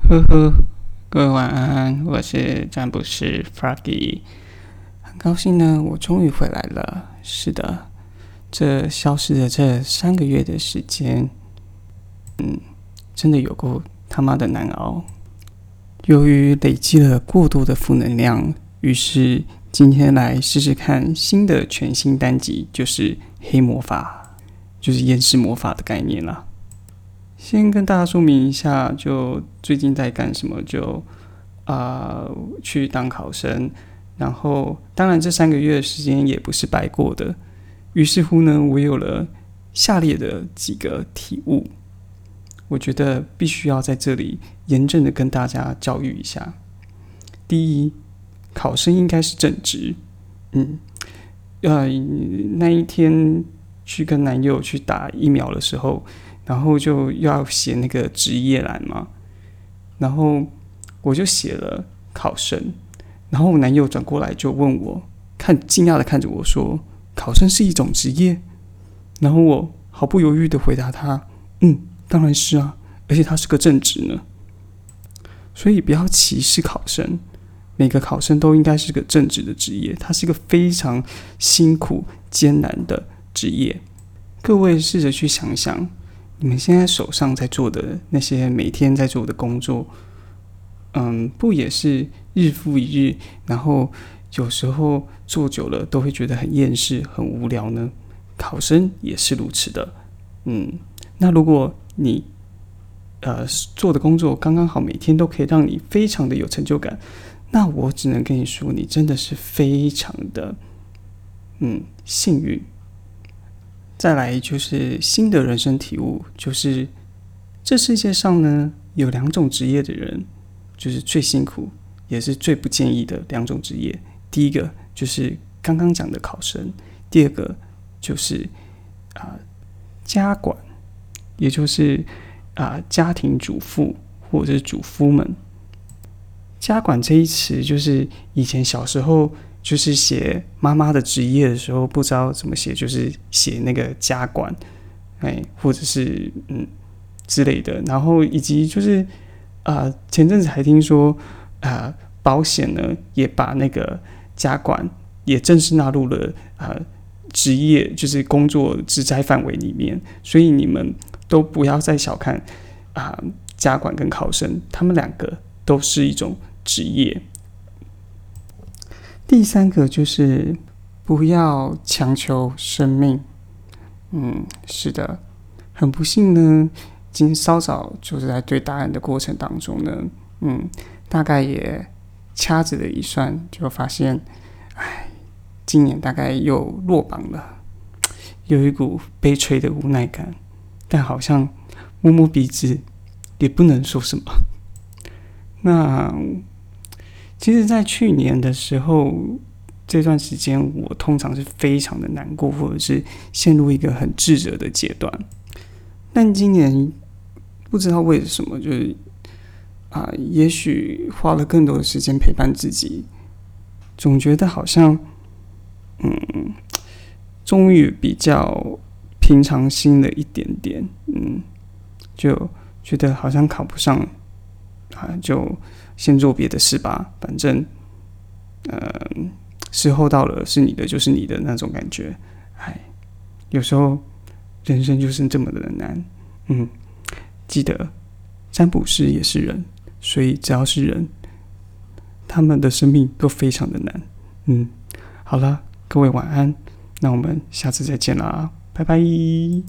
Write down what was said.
呵呵，各位晚安，我是占卜师 Froggy，很高兴呢，我终于回来了。是的，这消失的这3个月的时间，真的有够他妈的难熬。由于累积了过多的负能量，于是今天来试试看新的全新单集，就是黑魔法，就是厌世魔法的概念啦。先跟大家说明一下，就最近在干什么，就去当考生，然后当然这3个月的时间也不是白过的。于是乎呢，我有了下列的几个体悟，我觉得必须要在这里严正的跟大家教育一下。第一，考生应该是正职。那一天去跟男友去打疫苗的时候，然后就要写那个职业栏嘛，然后我就写了考生，然后我男友转过来就问我，惊讶的看着我说：考生是一种职业？然后我毫不犹豫的回答他：当然是啊，而且他是个正职呢。所以不要歧视考生，每个考生都应该是个正职的职业，它是一个非常辛苦艰难的职业。各位试着去想想，你们现在手上在做的那些每天在做的工作，不也是日复一日，然后有时候做久了都会觉得很厌世、很无聊呢？考生也是如此的。那如果你做的工作刚刚好每天都可以让你非常的有成就感，那我只能跟你说，你真的是非常的幸运。再来就是新的人生体悟，就是这世界上呢有2种职业的人，就是最辛苦也是最不建议的2种职业。第一个就是刚刚讲的考生，第二个就是家管，也就是家庭主妇或者是主夫们。家管这一词就是以前小时候就是写妈妈的职业的时候不知道怎么写，就是写那个家管，或者是之类的。然后以及就是前阵子还听说保险呢也把那个家管也正式纳入了职业，就是工作职灾范围里面。所以你们都不要再小看家管跟考生，他们2个都是一种职业。第3个就是不要强求生命。是的，很不幸呢，今天稍早就是在对答案的过程当中呢，大概也掐指了一算，就发现，今年大概又落榜了，有一股悲催的无奈感，但好像摸摸鼻子也不能说什么。那其实在去年的时候，这段时间我通常是非常的难过，或者是陷入一个很自责的阶段。但今年不知道为什么，就是也许花了更多的时间陪伴自己，总觉得好像终于比较平常心了一点点。就觉得好像考不上就先做别的事吧，反正时候到了，是你的就是你的那种感觉。有时候人生就是这么的难。记得占卜师也是人，所以只要是人，他们的生命都非常的难。好了，各位晚安，那我们下次再见啦，拜拜。